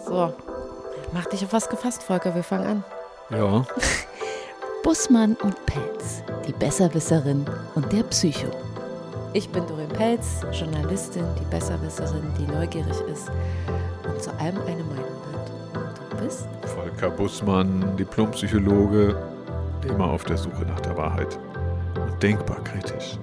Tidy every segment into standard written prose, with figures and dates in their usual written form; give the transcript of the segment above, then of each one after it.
So, mach dich auf was gefasst, Volker, wir fangen an. Ja. Bussmann und Pelz, die Besserwisserin und der Psycho. Ich bin Doreen Pelz, Journalistin, die Besserwisserin, die neugierig ist und zu allem eine Meinung hat. Und du bist? Volker Bussmann, Diplompsychologe, immer auf der Suche nach der Wahrheit und denkbar kritisch.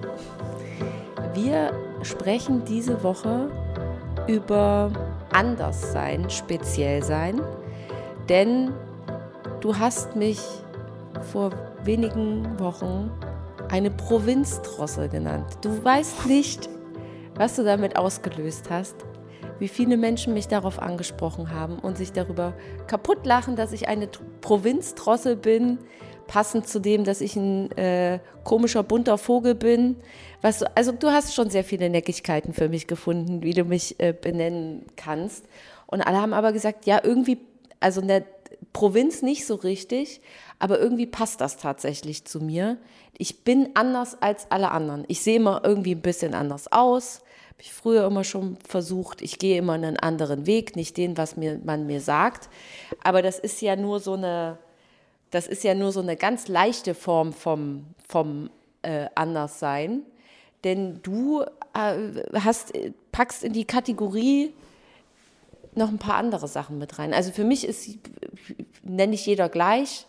Wir sprechen diese Woche über Anderssein, speziell sein, denn du hast mich vor wenigen Wochen eine Provinzdrossel genannt. Du weißt nicht, was du damit ausgelöst hast, wie viele Menschen mich darauf angesprochen haben und sich darüber kaputt lachen, dass ich eine Provinzdrossel bin, passend zu dem, dass ich ein komischer, bunter Vogel bin. Also du hast schon sehr viele Neckigkeiten für mich gefunden, wie du mich benennen kannst. Und alle haben aber gesagt, ja, irgendwie, also in der Provinz nicht so richtig, aber irgendwie passt das tatsächlich zu mir. Ich bin anders als alle anderen. Ich sehe immer irgendwie ein bisschen anders aus. Habe ich früher immer schon versucht. Ich gehe immer einen anderen Weg, nicht den, was man mir sagt. Aber das ist ja nur so eine ganz leichte Form vom Anderssein. Denn du packst in die Kategorie noch ein paar andere Sachen mit rein. Also für mich nenne ich jeder gleich.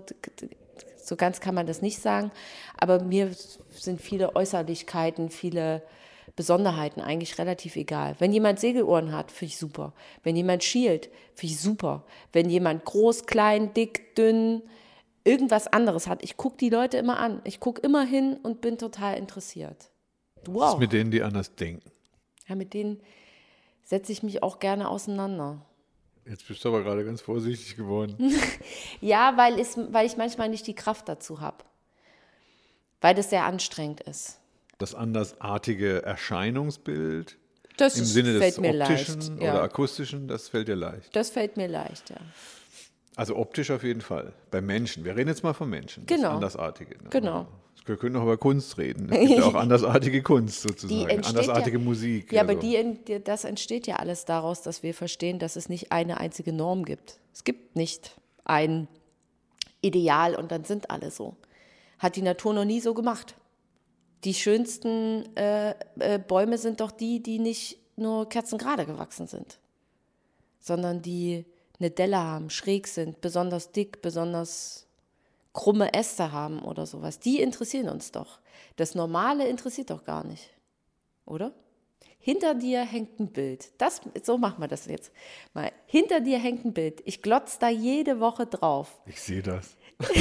So ganz kann man das nicht sagen. Aber mir sind viele Äußerlichkeiten, viele Besonderheiten eigentlich relativ egal. Wenn jemand Segelohren hat, finde ich super. Wenn jemand schielt, finde ich super. Wenn jemand groß, klein, dick, dünn, irgendwas anderes hat, ich gucke die Leute immer an. Ich gucke immer hin und bin total interessiert. Du auch. Was ist mit denen, die anders denken? Ja, mit denen setze ich mich auch gerne auseinander. Jetzt bist du aber gerade ganz vorsichtig geworden. Ja, weil ich manchmal nicht die Kraft dazu habe. Weil das sehr anstrengend ist. Das andersartige Erscheinungsbild Das im Sinne des fällt mir optischen leicht, oder ja. akustischen, das fällt dir leicht. Das fällt mir leicht, ja. Also optisch auf jeden Fall. Bei Menschen. Wir reden jetzt mal von Menschen. Genau. Das Andersartige. Ne? Genau. Wir können auch über Kunst reden. Es gibt ja auch andersartige Kunst sozusagen. Andersartige Musik. Ja, aber also. das entsteht ja alles daraus, dass wir verstehen, dass es nicht eine einzige Norm gibt. Es gibt nicht ein Ideal und dann sind alle so. Hat die Natur noch nie so gemacht. Die schönsten Bäume sind doch die nicht nur kerzengerade gewachsen sind, sondern die eine Delle haben, schräg sind, besonders dick, besonders krumme Äste haben oder sowas. Die interessieren uns doch. Das Normale interessiert doch gar nicht, oder? Hinter dir hängt ein Bild. So machen wir das jetzt mal. Hinter dir hängt ein Bild. Ich glotze da jede Woche drauf. Ich sehe das.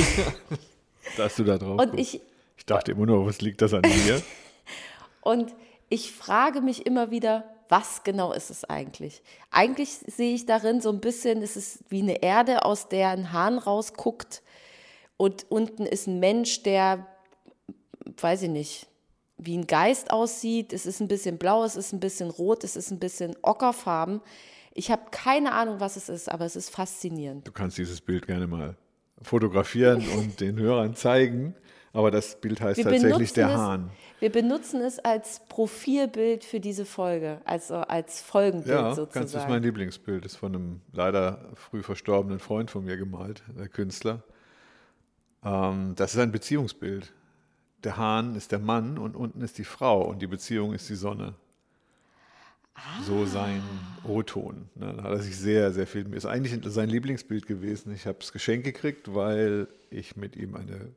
Dass du da drauf Und guckst. Ich dachte immer nur, was liegt das an mir? Und ich frage mich immer wieder, was genau ist es eigentlich? Eigentlich sehe ich darin so ein bisschen, es ist wie eine Erde, aus der ein Hahn rausguckt und unten ist ein Mensch, der, weiß ich nicht, wie ein Geist aussieht. Es ist ein bisschen blau, es ist ein bisschen rot, es ist ein bisschen ockerfarben. Ich habe keine Ahnung, was es ist, aber es ist faszinierend. Du kannst dieses Bild gerne mal fotografieren und den Hörern zeigen. Aber das Bild heißt tatsächlich der Hahn. Wir benutzen es als Profilbild für diese Folge, also als Folgenbild sozusagen. Ja, das ist mein Lieblingsbild. Das ist von einem leider früh verstorbenen Freund von mir gemalt, der Künstler. Das ist ein Beziehungsbild. Der Hahn ist der Mann und unten ist die Frau und die Beziehung ist die Sonne. So sein O-Ton. Da hat er sich sehr, sehr viel. Ist eigentlich sein Lieblingsbild gewesen. Ich habe es geschenkt gekriegt, weil ich mit ihm eine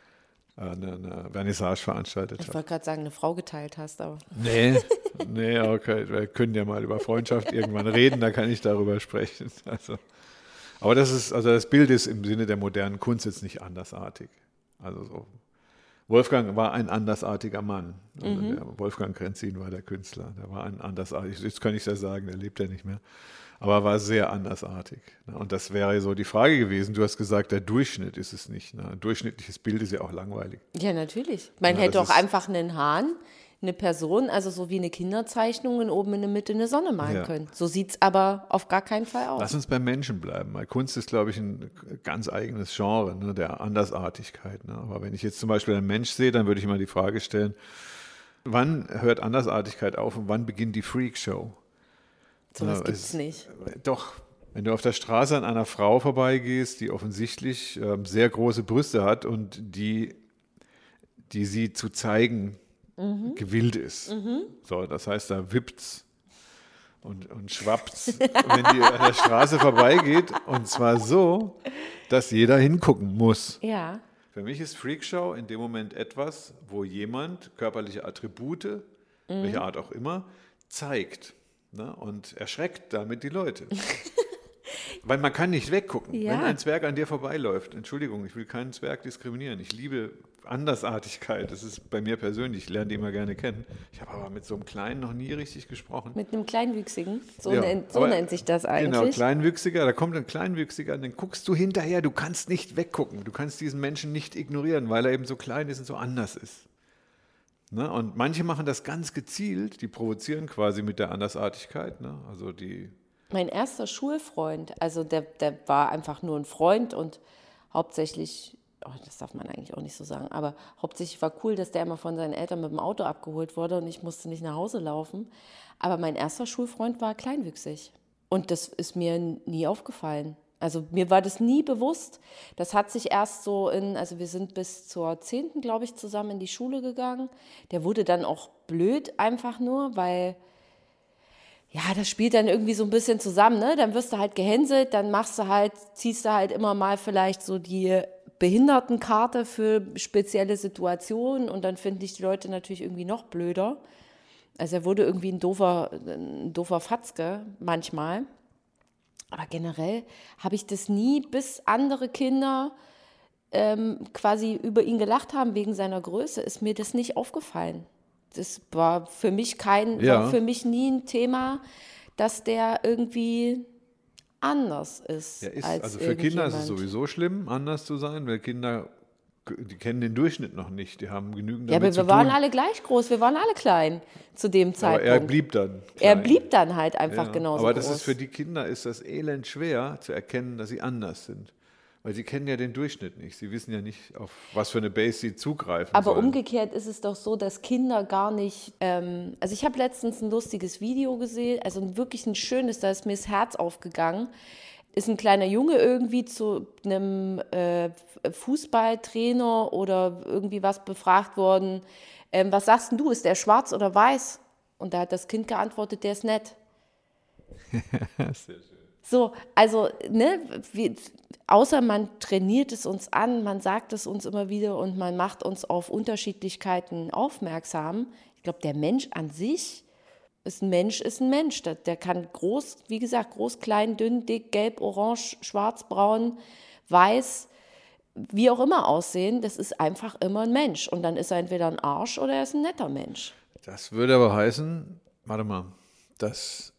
Vernissage veranstaltet habe. Ich wollte gerade sagen, eine Frau geteilt hast, aber. Nee, okay. Wir können ja mal über Freundschaft irgendwann reden, da kann ich darüber sprechen. Aber das Bild ist im Sinne der modernen Kunst jetzt nicht andersartig. Also so. Wolfgang war ein andersartiger Mann. Also der Wolfgang Krenzin war der Künstler. Der war ein andersartig. Jetzt kann ich das sagen, der lebt ja nicht mehr. Aber er war sehr andersartig. Und das wäre so die Frage gewesen. Du hast gesagt, der Durchschnitt ist es nicht. Ein durchschnittliches Bild ist ja auch langweilig. Ja, natürlich. Man hätte auch einfach einen Hahn, eine Person, also so wie eine Kinderzeichnung und oben in der Mitte eine Sonne malen können. So sieht es aber auf gar keinen Fall aus. Lass uns beim Menschen bleiben. Weil Kunst ist, glaube ich, ein ganz eigenes Genre, ne, der Andersartigkeit. Ne. Aber wenn ich jetzt zum Beispiel einen Mensch sehe, dann würde ich immer die Frage stellen, wann hört Andersartigkeit auf und wann beginnt die Freakshow? Sowas gibt es nicht. Doch, Wenn du auf der Straße an einer Frau vorbeigehst, die offensichtlich sehr große Brüste hat und die sie zu zeigen gewillt ist. So, das heißt, da wippt's und schwappt's, wenn die an der Straße vorbeigeht. Und zwar so, dass jeder hingucken muss. Ja. Für mich ist Freakshow in dem Moment etwas, wo jemand körperliche Attribute, welcher Art auch immer, zeigt, ne, und erschreckt damit die Leute. Weil man kann nicht weggucken. Ja. Wenn ein Zwerg an dir vorbeiläuft, Entschuldigung, ich will keinen Zwerg diskriminieren. Ich liebe Andersartigkeit. Das ist bei mir persönlich, ich lerne die immer gerne kennen. Ich habe aber mit so einem Kleinen noch nie richtig gesprochen. Mit einem Kleinwüchsigen, so Ja, nennt sich das eigentlich. Genau, Kleinwüchsiger, da kommt ein Kleinwüchsiger und dann guckst du hinterher, du kannst nicht weggucken. Du kannst diesen Menschen nicht ignorieren, weil er eben so klein ist und so anders ist. Ne? Und manche machen das ganz gezielt, die provozieren quasi mit der Andersartigkeit. Ne? Also die... Mein erster Schulfreund, also der war einfach nur ein Freund und hauptsächlich, das darf man eigentlich auch nicht so sagen, aber hauptsächlich war cool, dass der immer von seinen Eltern mit dem Auto abgeholt wurde und ich musste nicht nach Hause laufen. Aber mein erster Schulfreund war kleinwüchsig und das ist mir nie aufgefallen. Also mir war das nie bewusst. Das hat sich erst so also wir sind bis zur 10., glaube ich, zusammen in die Schule gegangen. Der wurde dann auch blöd einfach nur, weil... Ja, das spielt dann irgendwie so ein bisschen zusammen, ne? Dann wirst du halt gehänselt, dann ziehst du halt immer mal vielleicht so die Behindertenkarte für spezielle Situationen und dann finden dich die Leute natürlich irgendwie noch blöder. Also er wurde irgendwie ein doofer Fatzke manchmal. Aber generell habe ich das nie, bis andere Kinder quasi über ihn gelacht haben wegen seiner Größe, ist mir das nicht aufgefallen. Das war für mich nie ein Thema, dass der irgendwie anders ist. Ja, als also für Kinder ist es irgendjemand. sowieso schlimm, anders zu sein, weil Kinder, die kennen den Durchschnitt noch nicht, die haben genügend Ja, damit aber zu wir waren tun. alle gleich groß, wir waren alle klein zu dem Aber Zeitpunkt. er blieb dann Er klein. blieb dann halt einfach Ja, genauso aber groß. das ist für die Kinder ist das elend schwer zu erkennen, dass sie anders sind. Weil sie kennen ja den Durchschnitt nicht. Sie wissen ja nicht, auf was für eine Base sie zugreifen Aber sollen. umgekehrt ist es doch so, dass Kinder gar nicht, also ich habe letztens ein lustiges Video gesehen, also wirklich ein schönes, da ist mir das Herz aufgegangen, ist ein kleiner Junge irgendwie zu einem Fußballtrainer oder irgendwie was befragt worden, was sagst denn du, ist der schwarz oder weiß? Und da hat das Kind geantwortet, der ist nett. Sehr schön. So, also, ne, außer man trainiert es uns an, man sagt es uns immer wieder und man macht uns auf Unterschiedlichkeiten aufmerksam. Ich glaube, der Mensch an sich ist ein Mensch. Der kann groß, wie gesagt, groß, klein, dünn, dick, gelb, orange, schwarz, braun, weiß, wie auch immer aussehen. Das ist einfach immer ein Mensch. Und dann ist er entweder ein Arsch oder er ist ein netter Mensch. Das würde aber heißen, warte mal, dass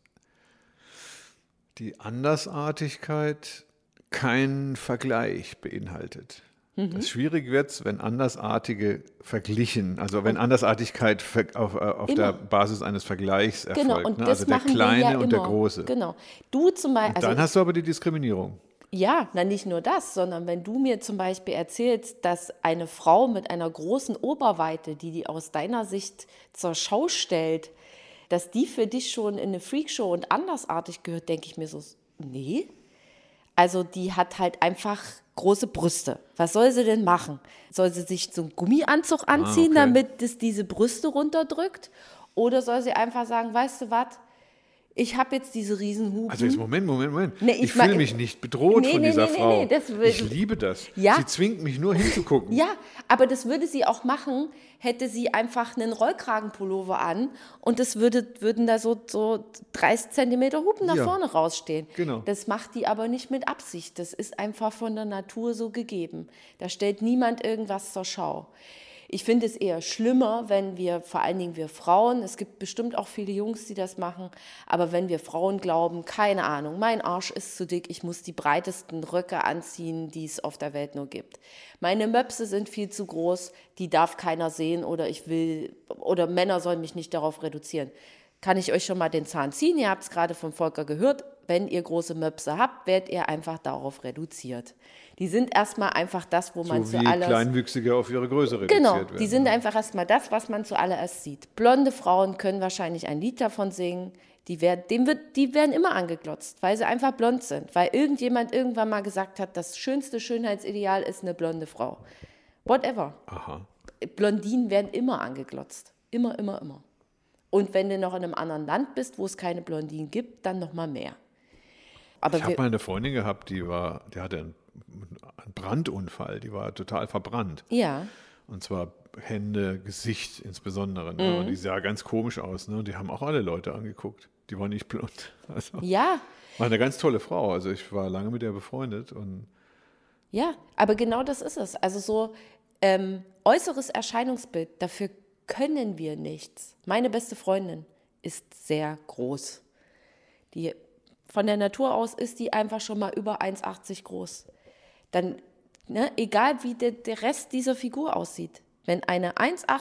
die Andersartigkeit keinen Vergleich beinhaltet. Das schwierig wird, wenn Andersartige verglichen, also wenn Andersartigkeit auf der Basis eines Vergleichs erfolgt. Genau, und ne? das Also der machen Kleine wir ja und der immer. Große. Genau. Du zum Beispiel. Dann hast du aber die Diskriminierung. Ja, nicht nur das, sondern wenn du mir zum Beispiel erzählst, dass eine Frau mit einer großen Oberweite, die aus deiner Sicht zur Schau stellt, dass die für dich schon in eine Freakshow und andersartig gehört, denke ich mir so, nee. Also die hat halt einfach große Brüste. Was soll sie denn machen? Soll sie sich so einen Gummianzug anziehen, okay. damit es diese Brüste runterdrückt? Oder soll sie einfach sagen, weißt du was, ich habe jetzt diese Riesenhupen. Also jetzt Moment. Nee, ich fühle mich nicht bedroht von dieser Frau. Ich liebe das. Ja. Sie zwingt mich nur hinzugucken. Ja, aber das würde sie auch machen, hätte sie einfach einen Rollkragenpullover an und es würden da so 30 Zentimeter Hupen nach vorne rausstehen. Genau. Das macht die aber nicht mit Absicht. Das ist einfach von der Natur so gegeben. Da stellt niemand irgendwas zur Schau. Ich finde es eher schlimmer, wenn wir, vor allen Dingen wir Frauen, es gibt bestimmt auch viele Jungs, die das machen, aber wenn wir Frauen glauben, keine Ahnung, mein Arsch ist zu dick, ich muss die breitesten Röcke anziehen, die es auf der Welt nur gibt. Meine Möpse sind viel zu groß, die darf keiner sehen oder Männer sollen mich nicht darauf reduzieren. Kann ich euch schon mal den Zahn ziehen? Ihr habt es gerade vom Volker gehört. wenn ihr große Möpse habt, werdet ihr einfach darauf reduziert. Die sind erstmal einfach das, wo man So wie zuallererst... Kleinwüchsige auf ihre Größe reduziert Genau, werden. die sind einfach erstmal das, was man zuallererst sieht. Blonde Frauen können wahrscheinlich ein Lied davon singen. Die werden immer angeglotzt, weil sie einfach blond sind. Weil irgendjemand irgendwann mal gesagt hat, das schönste Schönheitsideal ist eine blonde Frau. Whatever. Aha. Blondinen werden immer angeglotzt. Immer, immer, immer. Und wenn du noch in einem anderen Land bist, wo es keine Blondinen gibt, dann noch mal mehr. Aber Ich habe mal eine Freundin gehabt, die hatte einen Brandunfall, die war total verbrannt. Ja. Und zwar Hände, Gesicht insbesondere. Ne? Und die sah ganz komisch aus. Ne? Und die haben auch alle Leute angeguckt. Die war nicht blond. Also, Ja. war eine ganz tolle Frau. Also ich war lange mit ihr befreundet. Und Ja, aber genau das ist es. Also so äußeres Erscheinungsbild, dafür können wir nichts. Meine beste Freundin ist sehr groß. Von der Natur aus ist die einfach schon mal über 1,80 groß. Dann, ne, egal wie der Rest dieser Figur aussieht, wenn eine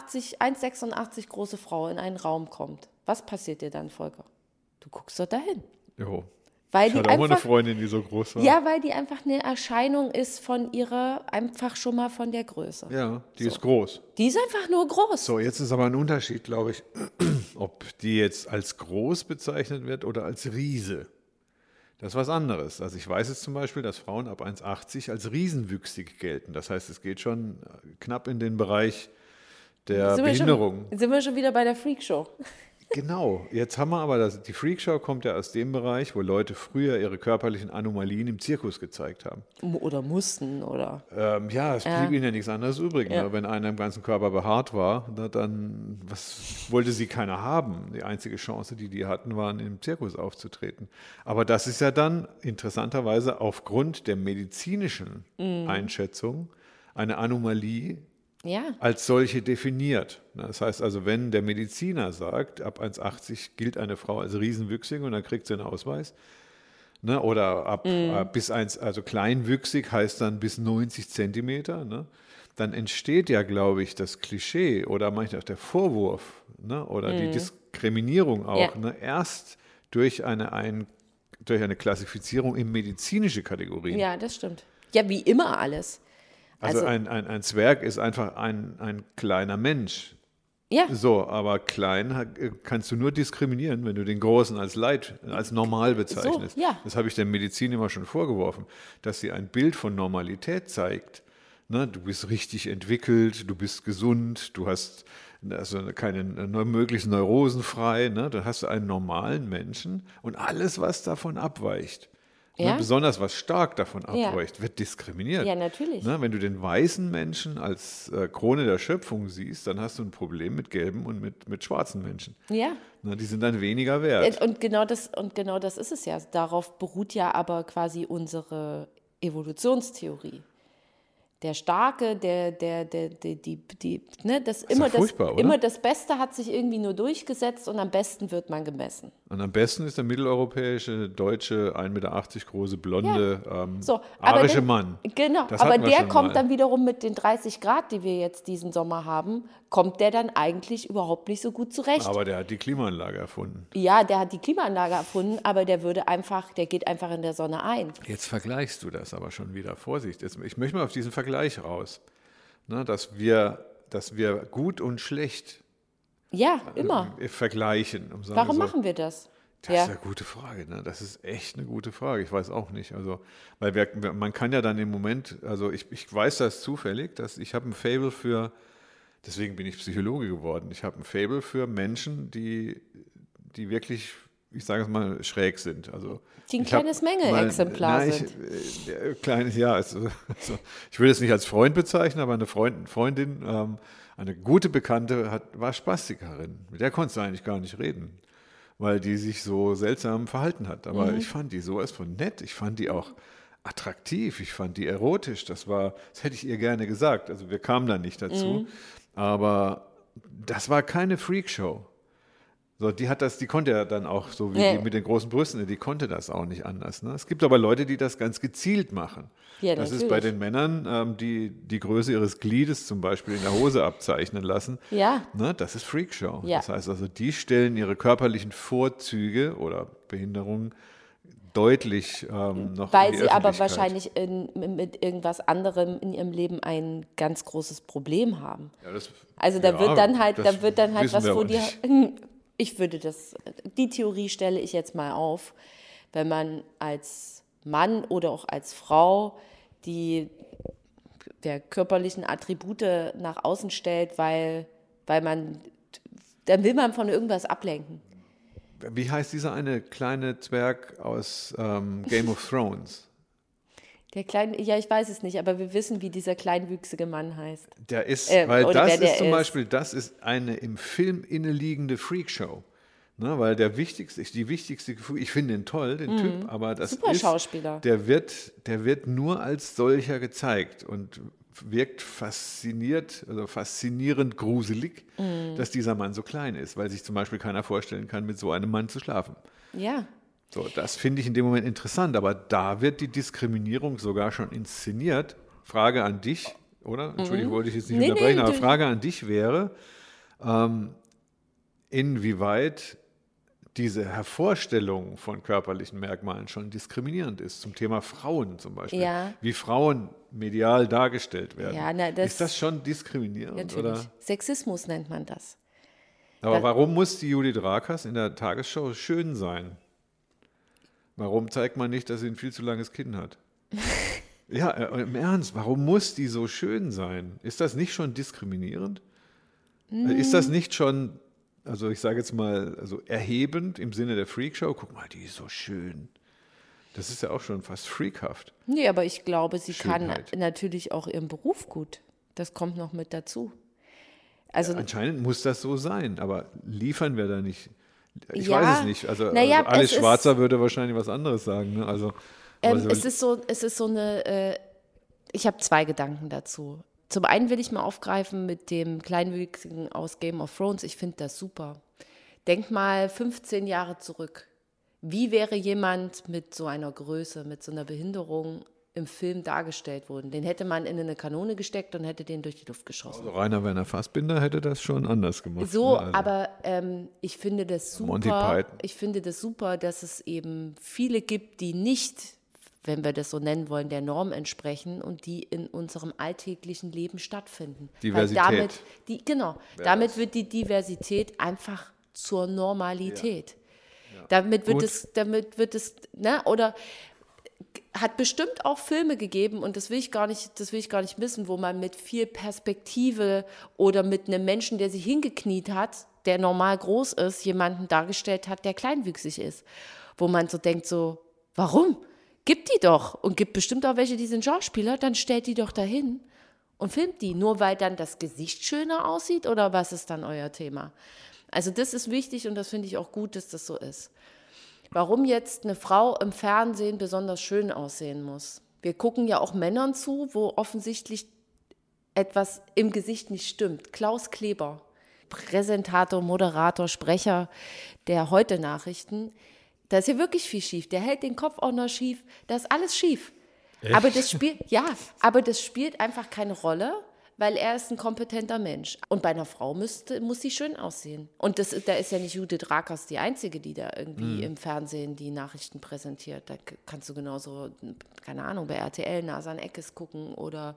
1,86 große Frau in einen Raum kommt, was passiert dir dann, Volker? Du guckst doch dahin. jo. Weil Ich die hatte auch mal eine einfach, Freundin, die so groß war. ja, weil die einfach eine Erscheinung ist einfach schon mal von der Größe. Ja, die ist groß. Die ist einfach nur groß. So, jetzt ist aber ein Unterschied, glaube ich, ob die jetzt als groß bezeichnet wird oder als Riese. Das ist was anderes. Also ich weiß jetzt zum Beispiel, dass Frauen ab 1,80 als riesenwüchsig gelten. Das heißt, es geht schon knapp in den Bereich der Behinderung. Sind wir schon wieder bei der Freakshow? Genau, jetzt haben wir aber, die Freakshow kommt ja aus dem Bereich, wo Leute früher ihre körperlichen Anomalien im Zirkus gezeigt haben. Oder mussten, oder? Ja, es blieb ihnen ja nichts anderes übrig. Ja. Ne? Wenn einer im ganzen Körper behaart war, dann wollte sie keiner haben. Die einzige Chance, die hatten, war, im Zirkus aufzutreten. Aber das ist ja dann interessanterweise aufgrund der medizinischen Einschätzung eine Anomalie, Ja. als solche definiert. Das heißt also, wenn der Mediziner sagt, ab 1,80 gilt eine Frau als riesenwüchsig und dann kriegt sie einen Ausweis, ne, oder ab bis 1, also kleinwüchsig heißt dann bis 90 Zentimeter, ne, dann entsteht ja, glaube ich, das Klischee oder manchmal auch der Vorwurf, ne, oder die Diskriminierung auch, Ja. ne, erst durch eine Klassifizierung in medizinische Kategorien. Ja, das stimmt. Ja, wie immer alles. Also ein Zwerg ist einfach ein kleiner Mensch. Ja, So, aber klein kannst du nur diskriminieren, wenn du den Großen als normal bezeichnest. So, ja. Das habe ich der Medizin immer schon vorgeworfen, dass sie ein Bild von Normalität zeigt. Ne, du bist richtig entwickelt, du bist gesund, du hast also möglichst neurosenfrei, ne, dann hast du einen normalen Menschen und alles, was davon abweicht, Ja. ne, besonders was stark davon Ja. abweicht, wird diskriminiert. Ja, natürlich. Ne, wenn du den weißen Menschen als Krone der Schöpfung siehst, dann hast du ein Problem mit gelben und mit schwarzen Menschen. ja. Ne, die sind dann weniger wert. Und genau das ist es ja. Darauf beruht ja aber quasi unsere Evolutionstheorie. Der Starke, das ist ja furchtbar, oder? immer das Beste hat sich irgendwie nur durchgesetzt und am besten wird man gemessen. Und am besten ist der mitteleuropäische, deutsche, 1,80 Meter große, blonde, So, aber arische dann- Mann. Genau, Das aber hatten wir der schon kommt mal. dann wiederum mit den 30 Grad, die wir jetzt diesen Sommer haben, kommt der dann eigentlich überhaupt nicht so gut zurecht. Aber der hat die Klimaanlage erfunden. Ja, der hat die Klimaanlage erfunden, aber der geht einfach in der Sonne ein. Jetzt vergleichst du das aber schon wieder. Vorsicht, ich möchte mal auf diesen Vergleich raus. Ne, dass wir gut und schlecht Ja, immer. vergleichen. Warum machen wir das? Das ist eine gute Frage. Ne? Das ist echt eine gute Frage. Ich weiß auch nicht. Also, weil man kann ja dann im Moment, also ich weiß das zufällig, dass ich habe ein Faible für, deswegen bin ich Psychologe geworden, ich habe ein Faible für Menschen, die wirklich, ich sage es mal, schräg sind. Also, Die ein ich hab kleines Menge-Exemplar sind. Kleines, ja. Also, ich will es nicht als Freund bezeichnen, aber eine Freundin, eine gute Bekannte war Spastikerin. Mit der konntest du eigentlich gar nicht reden, weil die sich so seltsam verhalten hat. Aber ich fand die sowas von nett. Ich fand die auch attraktiv. Ich fand die erotisch. Das hätte ich ihr gerne gesagt. Also wir kamen da nicht dazu. Aber das war keine Freakshow. So, die konnte ja dann auch, so wie die mit den großen Brüsten, die konnte das auch nicht anders. Ne? Es gibt aber Leute, die das ganz gezielt machen. Ja, das natürlich. ist bei den Männern, die Größe ihres Gliedes zum Beispiel in der Hose abzeichnen lassen. Ja. Ne? Das ist Freakshow. Ja. Das heißt also, die stellen ihre körperlichen Vorzüge oder Behinderungen deutlich noch Weil in die sie aber Öffentlichkeit. wahrscheinlich mit irgendwas anderem in ihrem Leben ein ganz großes Problem haben. Ja, das, Also da ja, wird dann halt das wissen was wir vor aber dir. nicht. Die Theorie stelle ich jetzt mal auf, wenn man als Mann oder auch als Frau der körperlichen Attribute nach außen stellt, weil dann will man von irgendwas ablenken. Wie heißt dieser eine kleine Zwerg aus Game of Thrones? Der kleine, ja, ich weiß es nicht, aber wir wissen, wie dieser kleinwüchsige Mann heißt. Der ist, oder wer das der ist zum ist. Beispiel, das ist eine im Film inneliegende Freakshow. Ne, weil die wichtigste, ich finde den toll, den Typ, aber das Super Schauspieler. der wird nur als solcher gezeigt und wirkt faszinierend gruselig, dass dieser Mann so klein ist, weil sich zum Beispiel keiner vorstellen kann, mit so einem Mann zu schlafen. Ja. So, das finde ich in dem Moment interessant, aber da wird die Diskriminierung sogar schon inszeniert. Frage an dich, oder? Entschuldigung, wollte ich jetzt nicht unterbrechen, aber Frage an dich wäre, inwieweit diese Hervorstellung von körperlichen Merkmalen schon diskriminierend ist, zum Thema Frauen zum Beispiel, wie Frauen medial dargestellt werden. Ja, ist das schon diskriminierend? Natürlich. Oder? Sexismus nennt man das. Aber warum muss die Judith Rakers in der Tagesschau schön sein? Warum zeigt man nicht, dass sie ein viel zu langes Kinn hat? Ja, im Ernst, warum muss die so schön sein? Ist das nicht schon diskriminierend? Ist das nicht schon, also ich sage jetzt mal, also erhebend im Sinne der Freakshow? Guck mal, die ist so schön. Das ist ja auch schon fast freakhaft. Nee, aber ich glaube, sie Schönheit. kann natürlich auch ihren Beruf gut. Das kommt noch mit dazu. Also, Anscheinend muss das so sein, aber liefern wir da nicht? Ich Ja, weiß es nicht. Also naja, Alice es ist- Schwarzer würde wahrscheinlich was anderes sagen. Ne? Also, aber es ist so eine, ich habe zwei Gedanken dazu. Zum einen will ich mal aufgreifen mit dem Kleinwüchsigen aus Game of Thrones. Ich finde das super. Denk mal 15 Jahre zurück. Wie wäre jemand mit so einer Größe, mit so einer Behinderung im Film dargestellt worden? Den hätte man in eine Kanone gesteckt und hätte den durch die Luft geschossen. also Rainer Werner Fassbinder hätte das schon anders gemacht. So, ne? Also, aber ich finde das Monty super. Python. Ich finde das super, dass es eben viele gibt, die nicht, wenn wir das so nennen wollen, der Norm entsprechen und die in unserem alltäglichen Leben stattfinden. Diversität. Weil damit wird die Diversität einfach zur Normalität. Damit wird es, ne, oder hat bestimmt auch Filme gegeben, und das will ich gar nicht missen, wo man mit viel Perspektive oder mit einem Menschen, der sich hingekniet hat, der normal groß ist, jemanden dargestellt hat, der kleinwüchsig ist. Wo man so denkt, so, warum? Gibt die doch. Und gibt bestimmt auch welche, die sind Schauspieler, dann stellt die doch dahin und filmt die. Nur weil dann das Gesicht schöner aussieht, oder was ist dann euer Thema? Also das ist wichtig und das finde ich auch gut, dass das so ist. Warum jetzt eine Frau im Fernsehen besonders schön aussehen muss? Wir gucken ja auch Männern zu, wo offensichtlich etwas im Gesicht nicht stimmt. Klaus Kleber, Präsentator, Moderator, Sprecher der Heute-Nachrichten, da ist hier wirklich viel schief. Der hält den Kopf auch noch schief, da ist alles schief. Aber das spielt einfach keine Rolle, weil er ist ein kompetenter Mensch. Und bei einer Frau muss sie schön aussehen. Und da ist ja nicht Judith Rakers die Einzige, die da irgendwie im Fernsehen die Nachrichten präsentiert. Da kannst du genauso, keine Ahnung, bei RTL Nasan Eckes gucken oder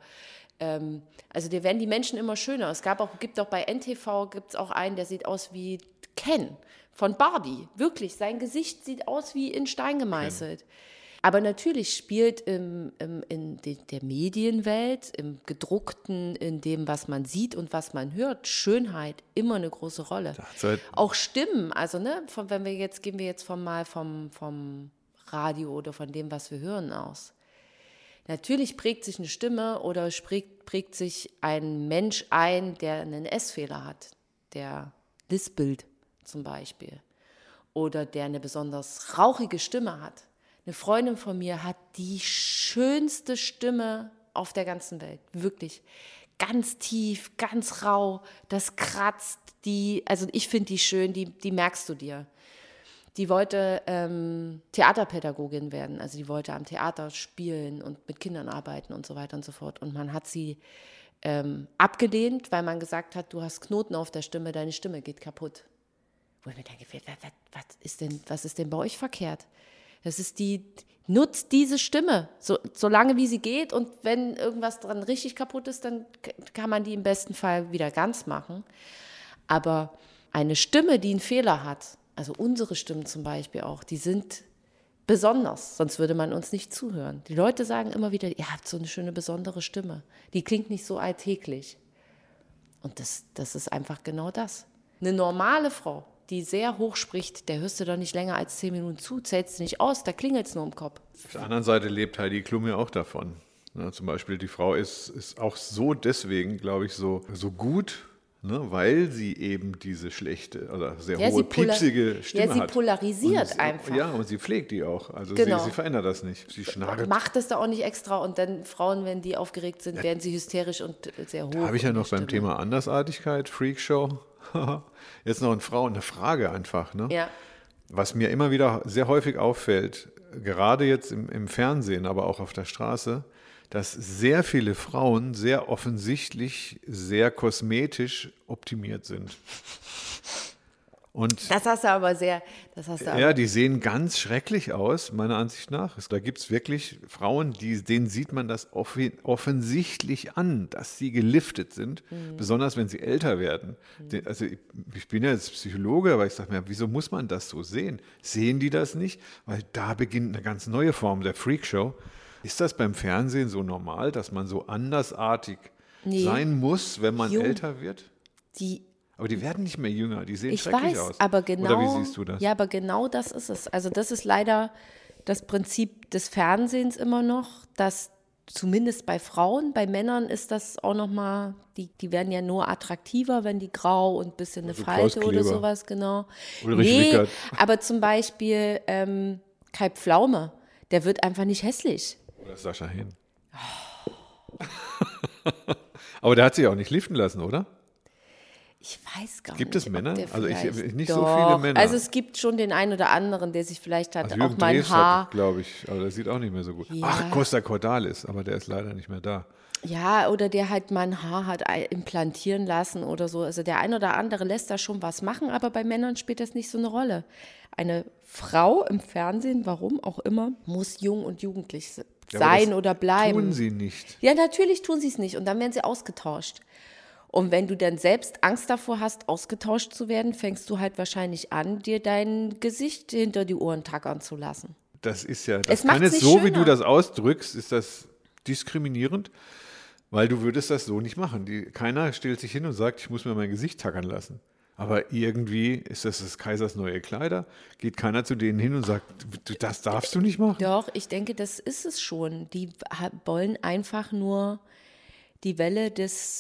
also dir werden die Menschen immer schöner. Es gibt auch bei NTV gibt's auch einen, der sieht aus wie Ken von Barbie. Wirklich, sein Gesicht sieht aus wie in Stein gemeißelt. Aber natürlich spielt in der Medienwelt, im Gedruckten, in dem, was man sieht und was man hört, Schönheit immer eine große Rolle. Auch Stimmen, also ne, gehen wir jetzt vom Radio oder von dem, was wir hören, aus. Natürlich prägt sich eine Stimme oder prägt sich ein Mensch ein, der einen S-Fehler hat, der lispelt zum Beispiel, oder der eine besonders rauchige Stimme hat. Eine Freundin von mir hat die schönste Stimme auf der ganzen Welt, wirklich. Ganz tief, ganz rau, das kratzt, also ich finde die schön, die merkst du dir. Die wollte Theaterpädagogin werden, also die wollte am Theater spielen und mit Kindern arbeiten und so weiter und so fort. Und man hat sie abgelehnt, weil man gesagt hat, du hast Knoten auf der Stimme, deine Stimme geht kaputt. Wo ich mir denke, was ist denn bei euch verkehrt? Nutzt diese Stimme, solange wie sie geht, und wenn irgendwas dran richtig kaputt ist, dann kann man die im besten Fall wieder ganz machen. Aber eine Stimme, die einen Fehler hat, also unsere Stimmen zum Beispiel auch, die sind besonders, sonst würde man uns nicht zuhören. Die Leute sagen immer wieder, ihr habt so eine schöne, besondere Stimme. Die klingt nicht so alltäglich. Und das ist einfach genau das. Eine normale Frau, die sehr hoch spricht, der hörst du doch nicht länger als 10 Minuten zu, zählst du nicht aus, da klingelt es nur im Kopf. Auf der anderen Seite lebt Heidi Klum ja auch davon. Ne, zum Beispiel, die Frau ist auch so deswegen, glaube ich, so gut, ne, weil sie eben diese schlechte oder sehr hohe, piepsige Stimme hat. Ja, sie polarisiert einfach. Ja, und sie pflegt die auch. Also genau. sie verändert das nicht. Sie schnarrt. Macht es da auch nicht extra, und dann Frauen, wenn die aufgeregt sind, werden sie hysterisch und sehr hoch. Da habe ich ja noch beim Stimme. Thema Andersartigkeit, Freakshow. Jetzt noch eine Frage einfach. Ne? Ja. Was mir immer wieder sehr häufig auffällt, gerade jetzt im Fernsehen, aber auch auf der Straße, dass sehr viele Frauen sehr offensichtlich, sehr kosmetisch optimiert sind. Und Das hast du aber ja, die sehen ganz schrecklich aus, meiner Ansicht nach. Da gibt es wirklich Frauen, denen sieht man das offensichtlich an, dass sie geliftet sind, besonders wenn sie älter werden. Also ich bin ja jetzt Psychologe, aber ich sage mir, wieso muss man das so sehen? Sehen die das nicht? Weil da beginnt eine ganz neue Form der Freakshow. Ist das beim Fernsehen so normal, dass man so andersartig sein muss, wenn man älter wird? Aber die werden nicht mehr jünger, die sehen schrecklich aus. Aber genau, oder wie siehst du das? Ja, aber genau das ist es. Also das ist leider das Prinzip des Fernsehens immer noch, dass zumindest bei Frauen, bei Männern ist das auch nochmal, die werden ja nur attraktiver, wenn die grau und ein bisschen eine Falte oder sowas, genau. Ulrich Wickert. Aber zum Beispiel Kai Pflaume, der wird einfach nicht hässlich. Oder Sascha Hehn. Aber der hat sich auch nicht liften lassen, oder? Ich weiß gar nicht. Gibt es Männer? Also nicht Doch. so viele Männer. Also es gibt schon den einen oder anderen, der sich vielleicht hat also auch mal ein Haar. Glaube ich, aber der sieht auch nicht mehr so gut. Ja. Ach, Costa Cordalis, aber der ist leider nicht mehr da. Ja, oder der halt mal ein Haar hat implantieren lassen oder so. Also der ein oder andere lässt da schon was machen, aber bei Männern spielt das nicht so eine Rolle. Eine Frau im Fernsehen, warum auch immer, muss jung und jugendlich sein oder bleiben. Tun sie nicht. Ja, natürlich tun sie es nicht, und dann werden sie ausgetauscht. Und wenn du dann selbst Angst davor hast, ausgetauscht zu werden, fängst du halt wahrscheinlich an, dir dein Gesicht hinter die Ohren tackern zu lassen. Das ist ja, Es kann jetzt macht's so, nicht wie du schöner. das ausdrückst, ist das diskriminierend, weil du würdest das so nicht machen. Keiner stellt sich hin und sagt, ich muss mir mein Gesicht tackern lassen. Aber irgendwie ist das des Kaisers neue Kleider. Geht keiner zu denen hin und sagt, das darfst du nicht machen? Doch, ich denke, das ist es schon. Die wollen einfach nur die Welle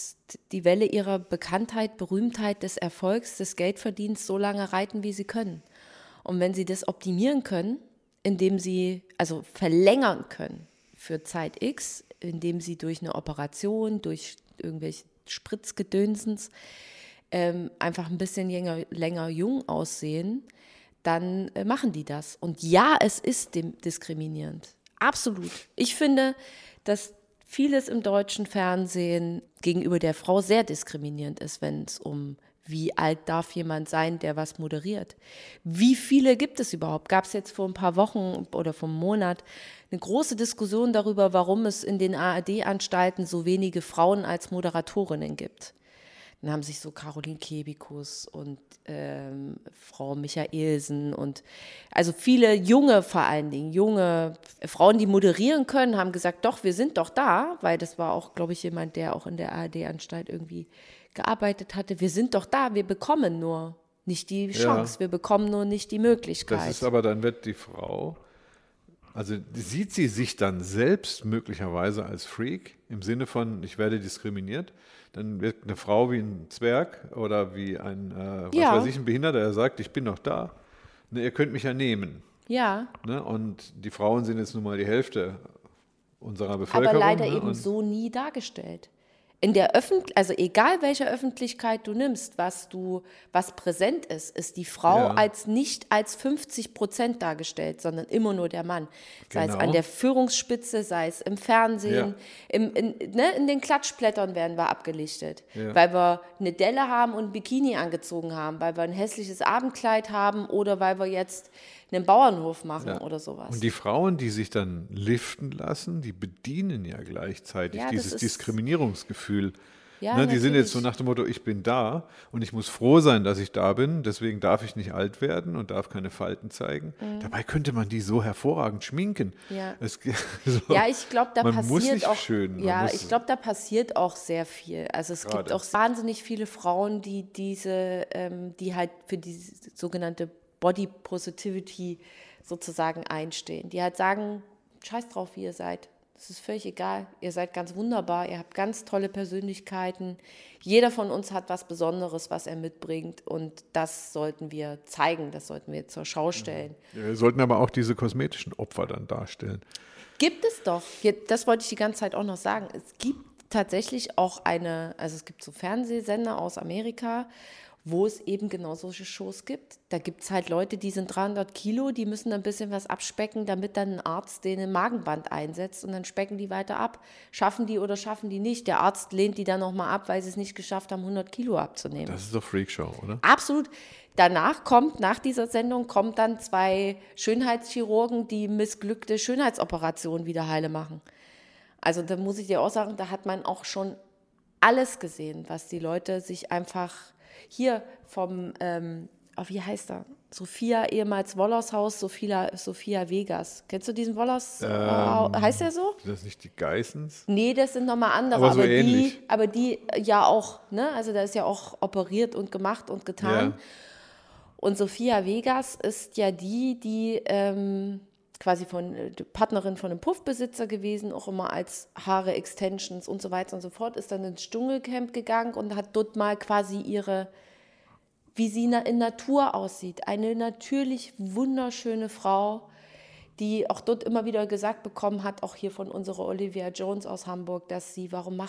ihrer Bekanntheit, Berühmtheit, des Erfolgs, des Geldverdienens so lange reiten, wie sie können. Und wenn sie das optimieren können, indem sie, also verlängern können für Zeit X, indem sie durch eine Operation, durch irgendwelche Spritzgedönsens einfach ein bisschen länger jung aussehen, dann machen die das. Und ja, es ist diskriminierend. Absolut. Ich finde, dass vieles im deutschen Fernsehen gegenüber der Frau sehr diskriminierend ist, wenn es um wie alt darf jemand sein, der was moderiert. Wie viele gibt es überhaupt? Gab es jetzt vor ein paar Wochen oder vor einem Monat eine große Diskussion darüber, warum es in den ARD-Anstalten so wenige Frauen als Moderatorinnen gibt. Dann haben sich so Caroline Kebekus und Frau Michaelsen und also viele junge, vor allen Dingen junge Frauen, die moderieren können, haben gesagt, doch, wir sind doch da, weil das war auch, glaube ich, jemand, der auch in der ARD-Anstalt irgendwie gearbeitet hatte. Wir sind doch da, wir bekommen nur nicht die Chance, wir bekommen nur nicht die Möglichkeit. Das ist aber, dann wird die Frau, also sieht sie sich dann selbst möglicherweise als Freak, im Sinne von, ich werde diskriminiert, dann wird eine Frau wie ein Zwerg oder wie ein, ein Behinderter, der sagt, ich bin doch da, ne, ihr könnt mich ja nehmen. Ja. Ne, und die Frauen sind jetzt nun mal die Hälfte unserer Bevölkerung. Aber leider ne, eben so nie dargestellt. In der also egal welche Öffentlichkeit du nimmst, was präsent ist die Frau nicht als 50% dargestellt, sondern immer nur der Mann. Sei es an der Führungsspitze, sei es im Fernsehen, in den Klatschblättern werden wir abgelichtet, weil wir eine Delle haben und ein Bikini angezogen haben, weil wir ein hässliches Abendkleid haben oder weil wir jetzt einen Bauernhof machen oder sowas. Und die Frauen, die sich dann liften lassen, die bedienen ja gleichzeitig dieses Diskriminierungsgefühl. Ja, ne, die sind jetzt so nach dem Motto, ich bin da und ich muss froh sein, dass ich da bin, deswegen darf ich nicht alt werden und darf keine Falten zeigen. Dabei könnte man die so hervorragend schminken. Ja, Ja, ich glaube, da passiert auch ich glaube, da passiert auch sehr viel. Also es gibt auch wahnsinnig viele Frauen, die halt für diese sogenannte Body Positivity sozusagen einstehen, die halt sagen, scheiß drauf, wie ihr seid. Es ist völlig egal, ihr seid ganz wunderbar, ihr habt ganz tolle Persönlichkeiten. Jeder von uns hat was Besonderes, was er mitbringt und das sollten wir zeigen, das sollten wir zur Schau stellen. Ja, wir sollten aber auch diese kosmetischen Opfer dann darstellen. Gibt es doch, das wollte ich die ganze Zeit auch noch sagen, es gibt tatsächlich auch also es gibt so Fernsehsender aus Amerika, wo es eben genau solche Shows gibt. Da gibt es halt Leute, die sind 300 Kilo, die müssen ein bisschen was abspecken, damit dann ein Arzt denen ein Magenband einsetzt und dann specken die weiter ab. Schaffen die oder schaffen die nicht? Der Arzt lehnt die dann nochmal ab, weil sie es nicht geschafft haben, 100 Kilo abzunehmen. Das ist doch Freakshow, oder? Absolut. Nach dieser Sendung kommen dann 2 Schönheitschirurgen, die missglückte Schönheitsoperationen wieder heile machen. Also da muss ich dir auch sagen, da hat man auch schon alles gesehen, was die Leute sich einfach hier vom, wie heißt er? Sophia, ehemals Wollershaus, Sophia Vegas. Kennst du diesen Wollers? Heißt der so? Sind das nicht die Geissens? Nee, das sind nochmal andere. Aber so ähnlich. Aber die ja auch, ne? Also da ist ja auch operiert und gemacht und getan. Ja. Und Sophia Vegas ist ja die quasi die Partnerin von einem Puffbesitzer gewesen, auch immer als Haare, Extensions und so weiter und so fort, ist dann ins Dschungelcamp gegangen und hat dort mal quasi wie sie in Natur aussieht. Eine natürlich wunderschöne Frau, die auch dort immer wieder gesagt bekommen hat, auch hier von unserer Olivia Jones aus Hamburg, dass warum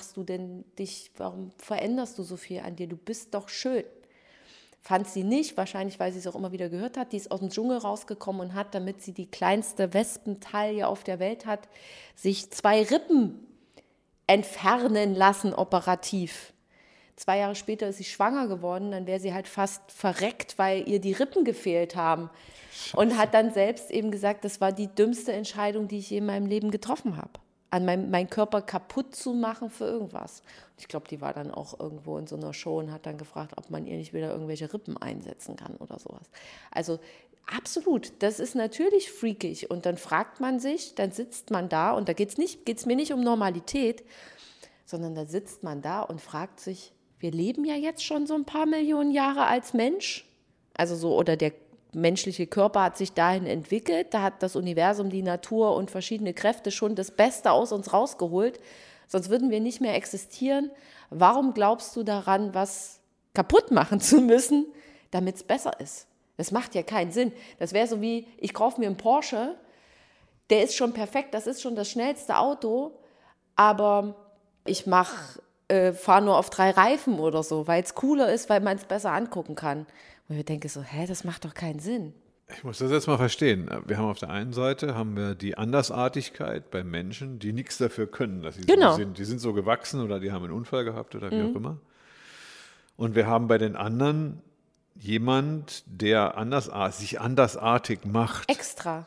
veränderst du so viel an dir? Du bist doch schön. Fand sie nicht, wahrscheinlich, weil sie es auch immer wieder gehört hat. Die ist aus dem Dschungel rausgekommen und hat, damit sie die kleinste Wespentaille auf der Welt hat, sich 2 Rippen entfernen lassen, operativ. 2 Jahre später ist sie schwanger geworden, dann wäre sie halt fast verreckt, weil ihr die Rippen gefehlt haben. Scheiße. Und hat dann selbst eben gesagt, das war die dümmste Entscheidung, die ich je in meinem Leben getroffen habe. An meinen Körper kaputt zu machen für irgendwas. Ich glaube, die war dann auch irgendwo in so einer Show und hat dann gefragt, ob man ihr nicht wieder irgendwelche Rippen einsetzen kann oder sowas. Also absolut, das ist natürlich freakig. Und dann fragt man sich, dann sitzt man da und da geht's mir nicht um Normalität, sondern da sitzt man da und fragt sich, wir leben ja jetzt schon so ein paar Millionen Jahre als Mensch. Also so, oder der menschliche Körper hat sich dahin entwickelt, da hat das Universum, die Natur und verschiedene Kräfte schon das Beste aus uns rausgeholt, sonst würden wir nicht mehr existieren. Warum glaubst du daran, was kaputt machen zu müssen, damit es besser ist? Das macht ja keinen Sinn. Das wäre so wie, ich kaufe mir einen Porsche, der ist schon perfekt, das ist schon das schnellste Auto, aber ich fahre nur auf 3 Reifen oder so, weil es cooler ist, weil man es besser angucken kann. Und ich denke so, das macht doch keinen Sinn. Ich muss das jetzt mal verstehen. Wir haben auf der einen Seite die Andersartigkeit bei Menschen, die nichts dafür können, dass sie so sind. Die sind so gewachsen oder die haben einen Unfall gehabt oder wie auch immer. Und wir haben bei den anderen jemand, der sich andersartig macht. Extra.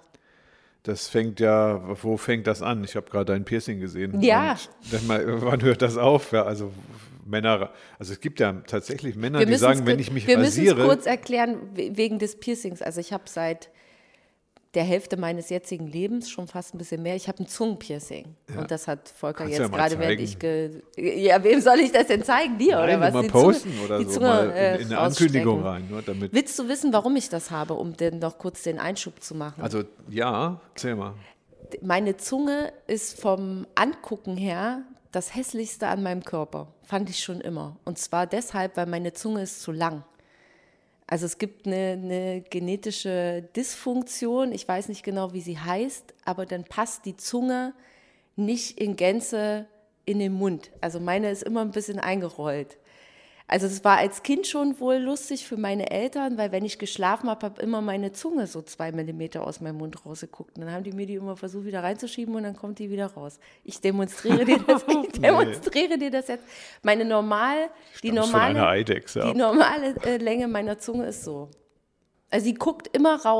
Wo fängt das an? Ich habe gerade dein Piercing gesehen. Ja. Und wann hört das auf? Ja, also Männer, also es gibt ja tatsächlich Männer, die sagen, wenn ich mich rasiere. Wir müssen es kurz erklären, wegen des Piercings. Also ich habe seit der Hälfte meines jetzigen Lebens, schon fast ein bisschen mehr, ich habe ein Zungenpiercing. Ja. Und das hat Volker jetzt gerade, wem soll ich das denn zeigen? Dir, Nein, oder was? Mal posten oder so, mal in eine Ankündigung rein. Nur damit. Willst du wissen, warum ich das habe, um denn noch kurz den Einschub zu machen? Also ja, erzähl mal. Meine Zunge ist vom Angucken her das Hässlichste an meinem Körper. Fand ich schon immer. Und zwar deshalb, weil meine Zunge ist zu lang. Also es gibt eine genetische Dysfunktion, ich weiß nicht genau, wie sie heißt, aber dann passt die Zunge nicht in Gänze in den Mund. Also meine ist immer ein bisschen eingerollt. Also es war als Kind schon wohl lustig für meine Eltern, weil wenn ich geschlafen habe, habe immer meine Zunge so 2 Millimeter aus meinem Mund rausgeguckt. Und dann haben die mir die immer versucht wieder reinzuschieben und dann kommt die wieder raus. Ich demonstriere dir das jetzt. Die normale Länge meiner Zunge ist so. Also sie guckt immer raus.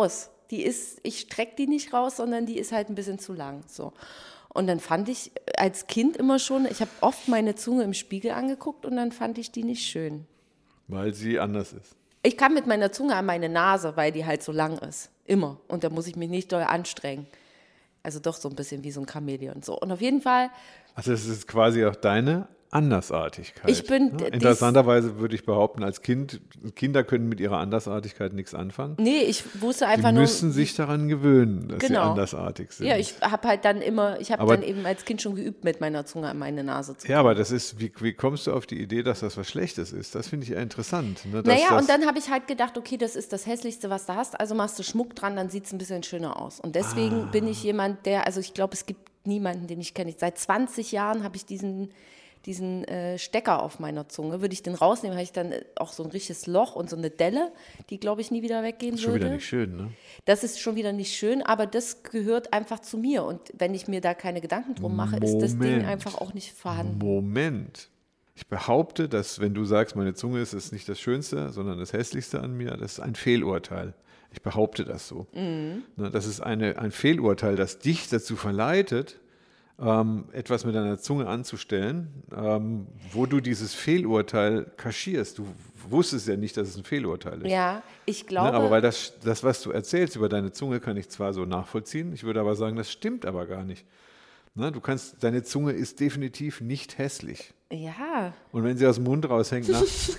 Ich strecke die nicht raus, sondern die ist halt ein bisschen zu lang. So. Und dann fand ich als Kind immer schon, ich habe oft meine Zunge im Spiegel angeguckt und dann fand ich die nicht schön. Weil sie anders ist. Ich kann mit meiner Zunge an meine Nase, weil die halt so lang ist. Immer. Und da muss ich mich nicht doll anstrengen. Also doch so ein bisschen wie so ein Chamäleon. So. Und auf jeden Fall. Also es ist quasi auch deine Andersartigkeit. Ich bin Interessanterweise würde ich behaupten, als Kind, Kinder können mit ihrer Andersartigkeit nichts anfangen. Nee, ich wusste einfach Die nur. müssen sich daran gewöhnen, dass sie andersartig sind. Ja, ich habe halt dann immer, dann eben als Kind schon geübt, mit meiner Zunge an meine Nase zu kommen. Ja, aber das ist, wie kommst du auf die Idee, dass das was Schlechtes ist? Das finde ich ja interessant. Ne, und dann habe ich halt gedacht, okay, das ist das Hässlichste, was du hast, also machst du Schmuck dran, dann sieht es ein bisschen schöner aus. Und deswegen bin ich jemand, also ich glaube, es gibt niemanden, den ich kenne. Seit 20 Jahren habe ich diesen Stecker auf meiner Zunge. Würde ich den rausnehmen, habe ich dann auch so ein richtiges Loch und so eine Delle, die, glaube ich, nie wieder weggehen würde. Schon wieder nicht schön, ne? Das ist schon wieder nicht schön, aber das gehört einfach zu mir. Und wenn ich mir da keine Gedanken drum mache, ist das Ding einfach auch nicht vorhanden. Moment. Ich behaupte, dass, wenn du sagst, meine Zunge ist nicht das Schönste, sondern das Hässlichste an mir, das ist ein Fehlurteil. Ich behaupte das so. Das ist ein Fehlurteil, das dich dazu verleitet, etwas mit deiner Zunge anzustellen, wo du dieses Fehlurteil kaschierst. Du wusstest ja nicht, dass es ein Fehlurteil ist. Ja, ich glaube. Aber weil das, was du erzählst über deine Zunge, kann ich zwar so nachvollziehen, ich würde aber sagen, das stimmt aber gar nicht. Deine Zunge ist definitiv nicht hässlich. Ja. Und wenn sie aus dem Mund raushängt nachts.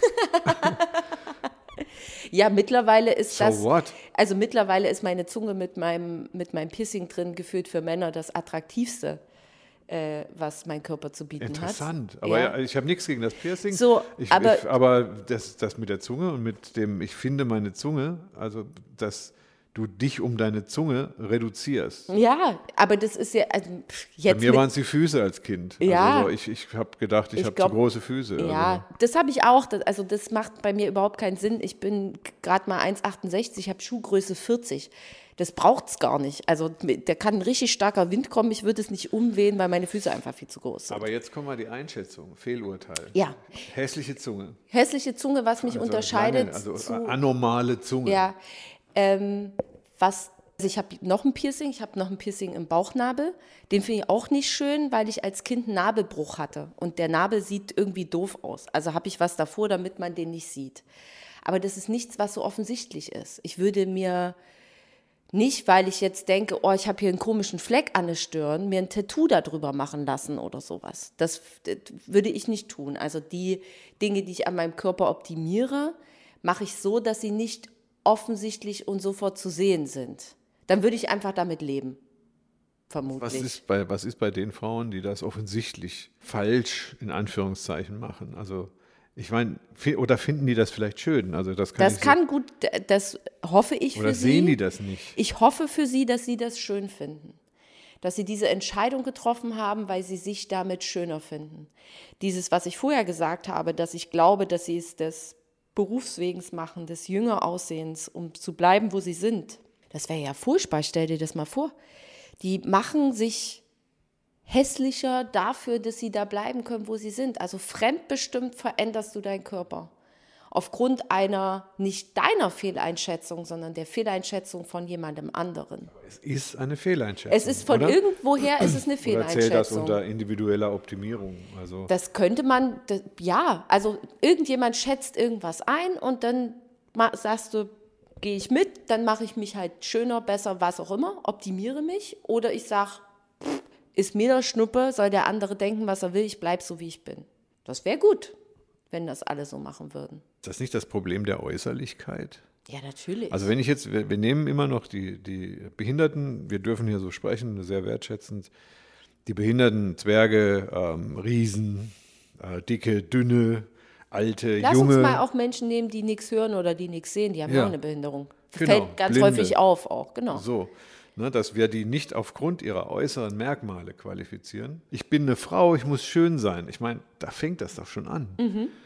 Ja, mittlerweile ist so what? Also mittlerweile ist meine Zunge mit meinem Piercing drin gefühlt für Männer das Attraktivste, was mein Körper zu bieten Interessant. hat. Aber ja, ich habe nichts gegen das Piercing. So, aber das mit der Zunge und mit dem, ich finde meine Zunge, also dass du dich um deine Zunge reduzierst. Ja, aber das ist ja, also jetzt. Bei mir waren es die Füße als Kind. Ja. Also ich habe gedacht, ich habe zu große Füße. Ja, also. Das habe ich auch. Also das macht bei mir überhaupt keinen Sinn. Ich bin gerade mal 1,68, habe Schuhgröße 40. Das braucht es gar nicht. Also da kann ein richtig starker Wind kommen, ich würde es nicht umwehen, weil meine Füße einfach viel zu groß sind. Aber jetzt kommen wir die Einschätzung, Fehlurteil. Ja. Hässliche Zunge. Hässliche Zunge, was mich unterscheidet. Anormale Zunge. Ja. Ich habe noch ein Piercing im Bauchnabel. Den finde ich auch nicht schön, weil ich als Kind einen Nabelbruch hatte. Und der Nabel sieht irgendwie doof aus. Also habe ich was davor, damit man den nicht sieht. Aber das ist nichts, was so offensichtlich ist. Ich würde mir nicht, weil ich jetzt denke, oh, ich habe hier einen komischen Fleck an der Stirn, mir ein Tattoo darüber machen lassen oder sowas. Das würde ich nicht tun. Also die Dinge, die ich an meinem Körper optimiere, mache ich so, dass sie nicht offensichtlich und sofort zu sehen sind. Dann würde ich einfach damit leben, vermutlich. Was ist bei den Frauen, die das offensichtlich falsch in Anführungszeichen machen? Also ich meine, oder finden die das vielleicht schön? Also das kann gut, das hoffe ich für sie. Oder sehen die das nicht? Ich hoffe für sie, dass sie das schön finden. Dass sie diese Entscheidung getroffen haben, weil sie sich damit schöner finden. Dieses, was ich vorher gesagt habe, dass ich glaube, dass sie es des Berufswegens machen, des jünger Aussehens, um zu bleiben, wo sie sind. Das wäre ja furchtbar, stell dir das mal vor. Die machen sich hässlicher dafür, dass sie da bleiben können, wo sie sind. Also fremdbestimmt veränderst du deinen Körper. Aufgrund einer, nicht deiner Fehleinschätzung, sondern der Fehleinschätzung von jemandem anderen. Es ist eine Fehleinschätzung. Es ist von irgendwoher, es ist eine Fehleinschätzung. Oder zählt das unter individueller Optimierung? Also das könnte man, ja, also irgendjemand schätzt irgendwas ein und dann sagst du, gehe ich mit, dann mache ich mich halt schöner, besser, was auch immer, optimiere mich. Oder ich sage, ist mir das Schnuppe, soll der andere denken, was er will, ich bleibe so, wie ich bin. Das wäre gut, wenn das alle so machen würden. Ist das nicht das Problem der Äußerlichkeit? Ja, natürlich. Also wenn ich jetzt, wir nehmen immer noch die Behinderten, wir dürfen hier so sprechen, sehr wertschätzend, die Behinderten, Zwerge, Riesen, dicke, dünne, alte, Lass junge. Lass uns mal auch Menschen nehmen, die nichts hören oder die nichts sehen, die haben auch eine Behinderung. Genau, fällt ganz Blinde. häufig auf auch, genau. So, dass wir die nicht aufgrund ihrer äußeren Merkmale qualifizieren. Ich bin eine Frau, ich muss schön sein. Ich meine, da fängt das doch schon an.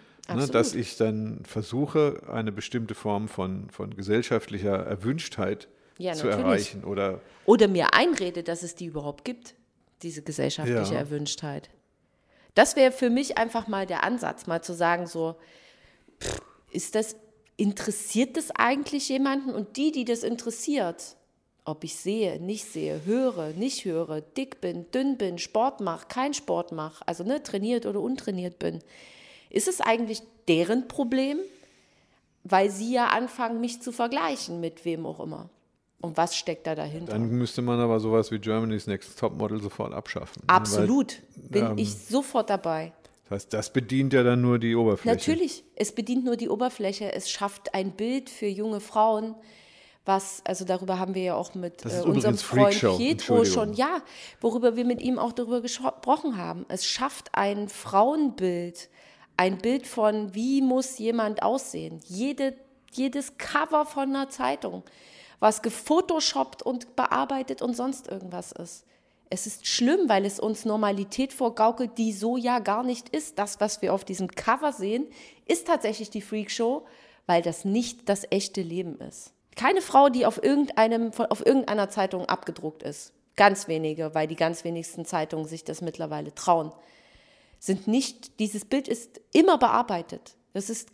Dass ich dann versuche, eine bestimmte Form von gesellschaftlicher Erwünschtheit zu erreichen. Oder mir einrede, dass es die überhaupt gibt, diese gesellschaftliche Erwünschtheit. Das wäre für mich einfach mal der Ansatz, mal zu sagen, so, interessiert das eigentlich jemanden? Und die das interessiert, ob ich sehe, nicht sehe, höre, nicht höre, dick bin, dünn bin, Sport mache, kein Sport mache, also trainiert oder untrainiert bin, ist es eigentlich deren Problem, weil sie ja anfangen, mich zu vergleichen mit wem auch immer. Und was steckt da dahinter? Dann müsste man aber sowas wie Germany's Next Topmodel sofort abschaffen. Absolut, bin ich sofort dabei. Das heißt, das bedient ja dann nur die Oberfläche. Natürlich, es bedient nur die Oberfläche. Es schafft ein Bild für junge Frauen, also darüber haben wir ja auch mit unserem Freund Pietro schon, worüber wir mit ihm auch darüber gesprochen haben. Es schafft ein Frauenbild, ein Bild von, wie muss jemand aussehen. Jedes Cover von einer Zeitung, was gefotoshoppt und bearbeitet und sonst irgendwas ist. Es ist schlimm, weil es uns Normalität vorgaukelt, die so ja gar nicht ist. Das, was wir auf diesem Cover sehen, ist tatsächlich die Freakshow, weil das nicht das echte Leben ist. Keine Frau, die auf irgendeiner Zeitung abgedruckt ist. Ganz wenige, weil die ganz wenigsten Zeitungen sich das mittlerweile trauen. Dieses Bild ist immer bearbeitet. Das ist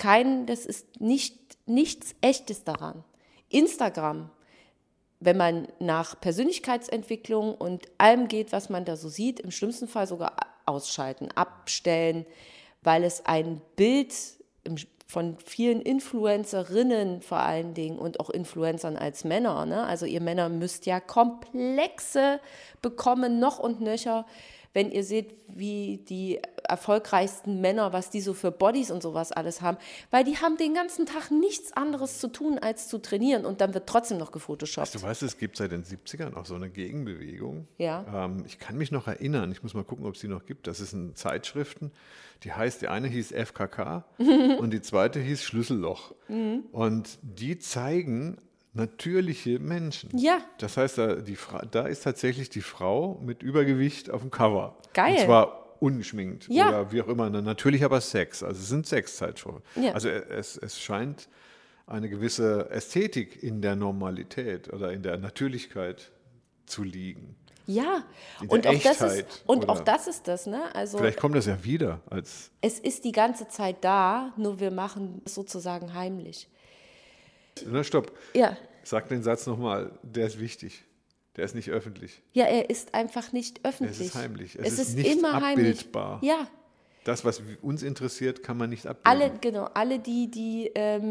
nichts Echtes daran. Instagram, wenn man nach Persönlichkeitsentwicklung und allem geht, was man da so sieht, im schlimmsten Fall sogar ausschalten, abstellen, weil es ein Bild von vielen Influencerinnen vor allen Dingen und auch Influencern als Männer, also ihr Männer müsst ja Komplexe bekommen, noch und nöcher, wenn ihr seht, wie die erfolgreichsten Männer, was die so für Bodies und sowas alles haben, weil die haben den ganzen Tag nichts anderes zu tun, als zu trainieren und dann wird trotzdem noch gefotoshoppt. Du weißt, es gibt seit den 70ern auch so eine Gegenbewegung. Ja. Ich kann mich noch erinnern, ich muss mal gucken, ob es die noch gibt, das sind Zeitschriften, die eine hieß FKK und die zweite hieß Schlüsselloch. Und die zeigen natürliche Menschen. Ja. Das heißt, da ist tatsächlich die Frau mit Übergewicht auf dem Cover. Geil. Und zwar ungeschminkt Ja. oder wie auch immer. Natürlich aber Sex. Also es sind Sexzeitschriften. Ja. Also es scheint eine gewisse Ästhetik in der Normalität oder in der Natürlichkeit zu liegen. Ja, In und der auch Echtheit, auch das ist das, Also vielleicht kommt das ja wieder als. es ist die ganze Zeit da, nur wir machen es sozusagen heimlich. Na, stopp. Ja. Sag den Satz nochmal, der ist wichtig. Der ist nicht öffentlich. Ja, er ist einfach nicht öffentlich. Es ist heimlich. Es ist nicht immer abbildbar. heimlich. Ja. Das, was uns interessiert, kann man nicht abbilden. Alle die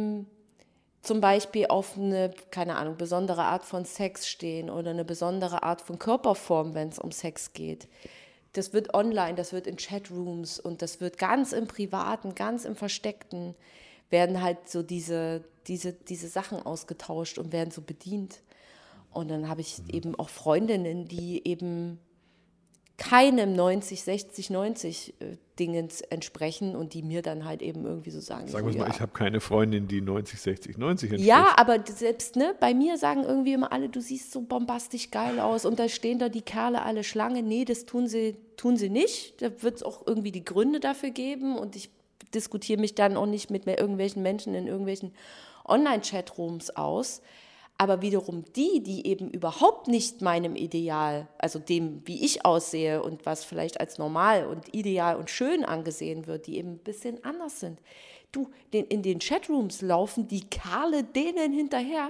zum Beispiel auf eine, keine Ahnung, besondere Art von Sex stehen oder eine besondere Art von Körperform, wenn es um Sex geht. Das wird online, das wird in Chatrooms und das wird ganz im Privaten, ganz im Versteckten, werden halt so diese Sachen ausgetauscht und werden so bedient. Und dann habe ich eben auch Freundinnen, die eben keinem 90 Dingens entsprechen und die mir dann halt eben irgendwie so sagen. Sagen wir mal, ich habe keine Freundin, die 90 entspricht. Ja, aber selbst bei mir sagen irgendwie immer alle, du siehst so bombastisch geil aus und da stehen da die Kerle alle Schlange. Nee, das tun sie nicht. Da wird es auch irgendwie die Gründe dafür geben und ich diskutiere mich dann auch nicht mit irgendwelchen Menschen in irgendwelchen Online-Chatrooms aus. Aber wiederum die eben überhaupt nicht meinem Ideal, also dem, wie ich aussehe und was vielleicht als normal und ideal und schön angesehen wird, die eben ein bisschen anders sind. In den Chatrooms laufen die Kerle denen hinterher,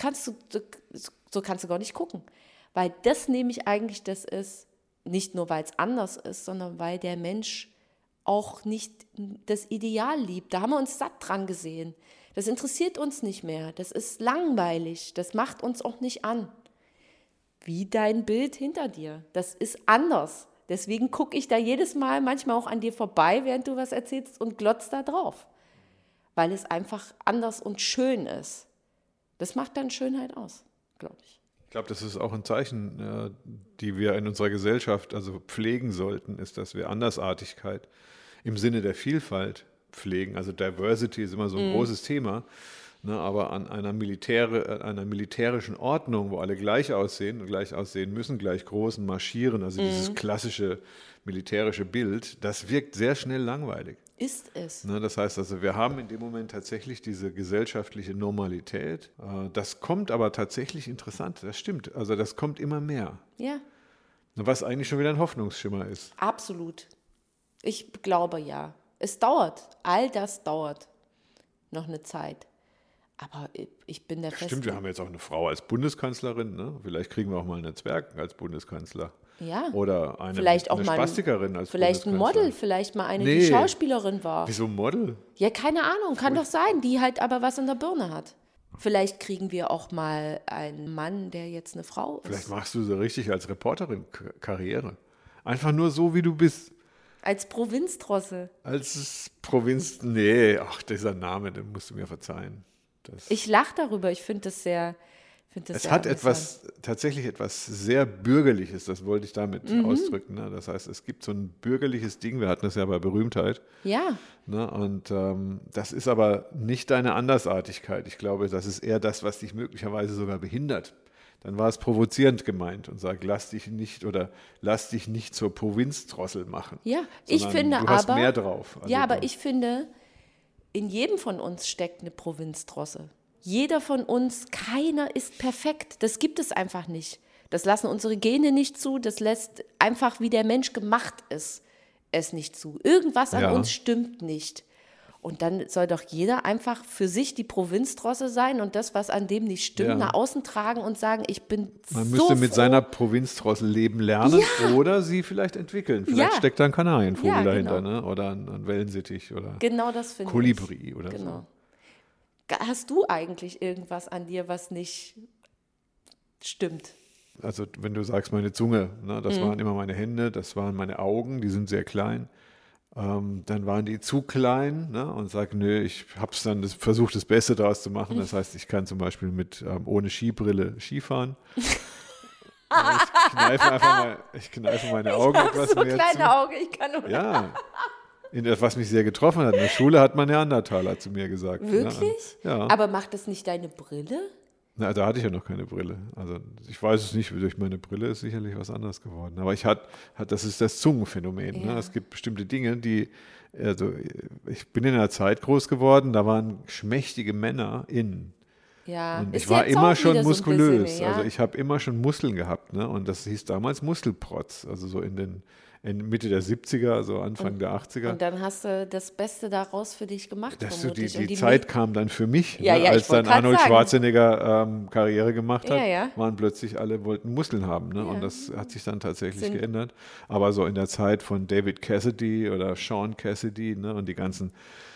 so kannst du gar nicht gucken. Weil das nämlich eigentlich das ist, nicht nur weil es anders ist, sondern weil der Mensch auch nicht das Ideal liebt. Da haben wir uns satt dran gesehen. Das interessiert uns nicht mehr. Das ist langweilig. Das macht uns auch nicht an. Wie dein Bild hinter dir. Das ist anders. Deswegen gucke ich da jedes Mal manchmal auch an dir vorbei, während du was erzählst und glotz da drauf. Weil es einfach anders und schön ist. Das macht dann Schönheit aus, glaube ich. Ich glaube, das ist auch ein Zeichen, die wir in unserer Gesellschaft also pflegen sollten, ist, dass wir Andersartigkeit im Sinne der Vielfalt pflegen. Also Diversity ist immer so ein großes Thema, ne, aber an einer militärischen Ordnung, wo alle gleich aussehen müssen, gleich groß und marschieren, also dieses klassische militärische Bild, das wirkt sehr schnell langweilig. Ist es. Ne, das heißt also, wir haben in dem Moment tatsächlich diese gesellschaftliche Normalität. Das kommt aber tatsächlich interessant, das stimmt. Also das kommt immer mehr. Ja. Was eigentlich schon wieder ein Hoffnungsschimmer ist. Absolut. Ich glaube ja. Es dauert. All das dauert noch eine Zeit. Aber ich bin der Stimmt, festen... wir haben jetzt auch eine Frau als Bundeskanzlerin. Ne? Vielleicht kriegen wir auch mal einen Zwerg als Bundeskanzler. Ja. Oder eine mal Spastikerin als vielleicht ein Bundeskanzler. Model, vielleicht mal eine, die Schauspielerin war. Wieso Model? Ja, keine Ahnung, kann doch sein, die halt aber was in der Birne hat. Vielleicht kriegen wir auch mal einen Mann, der jetzt eine Frau ist. Vielleicht machst du so richtig als Reporterin Karriere. Einfach nur so, wie du bist. Als Provinzdrossel. Als Provinz, nee, ach, dieser Name, den musst du mir verzeihen. Ich lache darüber, ich finde das sehr... Es hat tatsächlich etwas sehr Bürgerliches, das wollte ich damit ausdrücken. Ne? Das heißt, es gibt so ein bürgerliches Ding, wir hatten das ja bei Berühmtheit. Ja. Ne? Und das ist aber nicht deine Andersartigkeit. Ich glaube, das ist eher das, was dich möglicherweise sogar behindert. Dann war es provozierend gemeint und sagt, lass dich nicht zur Provinzdrossel machen. Ja, ich finde du hast mehr drauf. Also aber ich finde, in jedem von uns steckt eine Provinzdrossel. Jeder von uns, keiner ist perfekt. Das gibt es einfach nicht. Das lassen unsere Gene nicht zu. Das lässt einfach, wie der Mensch gemacht ist, es nicht zu. Irgendwas an uns stimmt nicht. Und dann soll doch jeder einfach für sich die Provinzdrossel sein und das, was an dem nicht stimmt, nach außen tragen und sagen, ich bin Man müsste mit seiner Provinzdrossel leben lernen oder sie vielleicht entwickeln. Vielleicht steckt da ein Kanarienvogel dahinter, ne? Oder ein Wellensittich oder genau das finde Kolibri oder so. So. Hast du eigentlich irgendwas an dir, was nicht stimmt? Also wenn du sagst, meine Zunge, ne, das waren immer meine Hände, das waren meine Augen, die sind sehr klein. Dann waren die zu klein, ne, und sag, nö, ich habe es dann versucht, das Beste daraus zu machen. Das heißt, ich kann zum Beispiel ohne Skibrille Skifahren. Ich kneife meine Augen etwas so mehr kleine zu. Augen, ich kann nur... Ja, was mich sehr getroffen hat. In der Schule hat man Neandertaler zu mir gesagt. Wirklich? Ne? Ja. Aber macht das nicht deine Brille? Na, da hatte ich ja noch keine Brille. Also ich weiß es nicht, durch meine Brille ist sicherlich was anderes geworden. Aber das ist das Zungenphänomen. Ja. Ne? Es gibt bestimmte Dinge, ich bin in einer Zeit groß geworden, da waren schmächtige Männer innen. Ja, und ist ich war jetzt immer auch schon wieder so ein muskulös. bisschen, ja. Also ich habe immer schon Muskeln gehabt. Ne? Und das hieß damals Muskelprotz. Also so in Mitte der 70er, also Anfang der 80er. Und dann hast du das Beste daraus für dich gemacht, vermutlich. Die Zeit kam dann für mich, Ja, ja, als ich wollte dann Arnold sagen. Schwarzenegger Karriere gemacht hat, Ja. waren plötzlich alle wollten Muskeln haben. Ne? Ja. Und das hat sich dann tatsächlich geändert. Aber so in der Zeit von David Cassidy oder Sean Cassidy, ne? Und die ganzen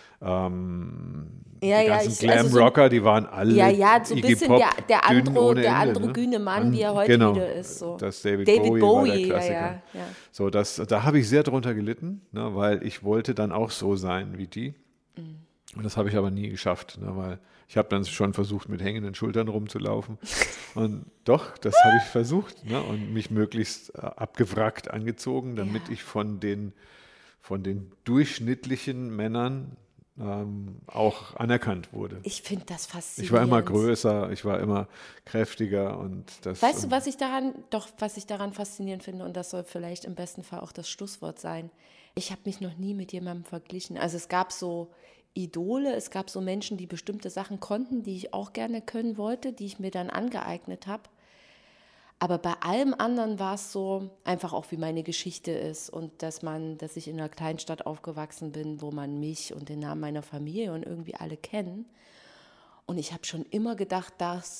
Glam-Rocker, die waren alle so ein bisschen der androgyne Mann, wie er heute wieder ist. So. Das David Bowie war der Klassiker. Ja. So, da habe ich sehr drunter gelitten, ne, weil ich wollte dann auch so sein wie die. Und das habe ich aber nie geschafft, ne, weil ich habe dann schon versucht, mit hängenden Schultern rumzulaufen. Und doch, das habe ich versucht, ne, und mich möglichst abgewrackt angezogen, damit ich von den durchschnittlichen Männern auch anerkannt wurde. Ich finde das faszinierend. Ich war immer größer, ich war immer kräftiger und das. Weißt du, was ich daran faszinierend finde, und das soll vielleicht im besten Fall auch das Schlusswort sein. Ich habe mich noch nie mit jemandem verglichen. Also es gab so Idole, es gab so Menschen, die bestimmte Sachen konnten, die ich auch gerne können wollte, die ich mir dann angeeignet habe. Aber bei allem anderen war es so, einfach auch wie meine Geschichte ist und dass ich in einer Kleinstadt aufgewachsen bin, wo man mich und den Namen meiner Familie und irgendwie alle kennen. Und ich habe schon immer gedacht,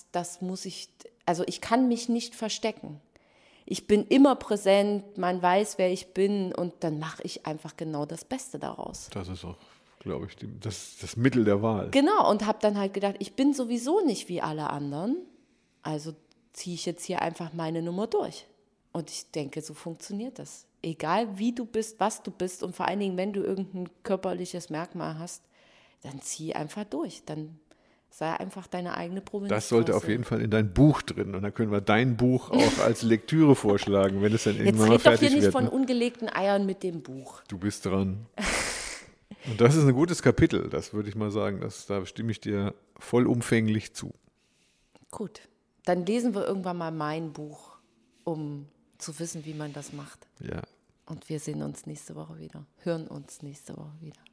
ich kann mich nicht verstecken. Ich bin immer präsent, man weiß, wer ich bin und dann mache ich einfach genau das Beste daraus. Das ist auch, glaube ich, das Mittel der Wahl. Genau, und habe dann halt gedacht, ich bin sowieso nicht wie alle anderen, also ziehe ich jetzt hier einfach meine Nummer durch. Und ich denke, so funktioniert das. Egal wie du bist, was du bist und vor allen Dingen, wenn du irgendein körperliches Merkmal hast, dann zieh einfach durch. Dann sei einfach deine eigene Provinz. Das sollte auf jeden Fall in dein Buch drin. Und dann können wir dein Buch auch als Lektüre vorschlagen, wenn es dann irgendwann mal fertig wird. Jetzt red doch hier nicht von ungelegten Eiern mit dem Buch. Du bist dran. Und das ist ein gutes Kapitel, das würde ich mal sagen. Da stimme ich dir vollumfänglich zu. Gut. Dann lesen wir irgendwann mal mein Buch, um zu wissen, wie man das macht. Ja. Und wir sehen uns nächste Woche wieder. Hören uns nächste Woche wieder.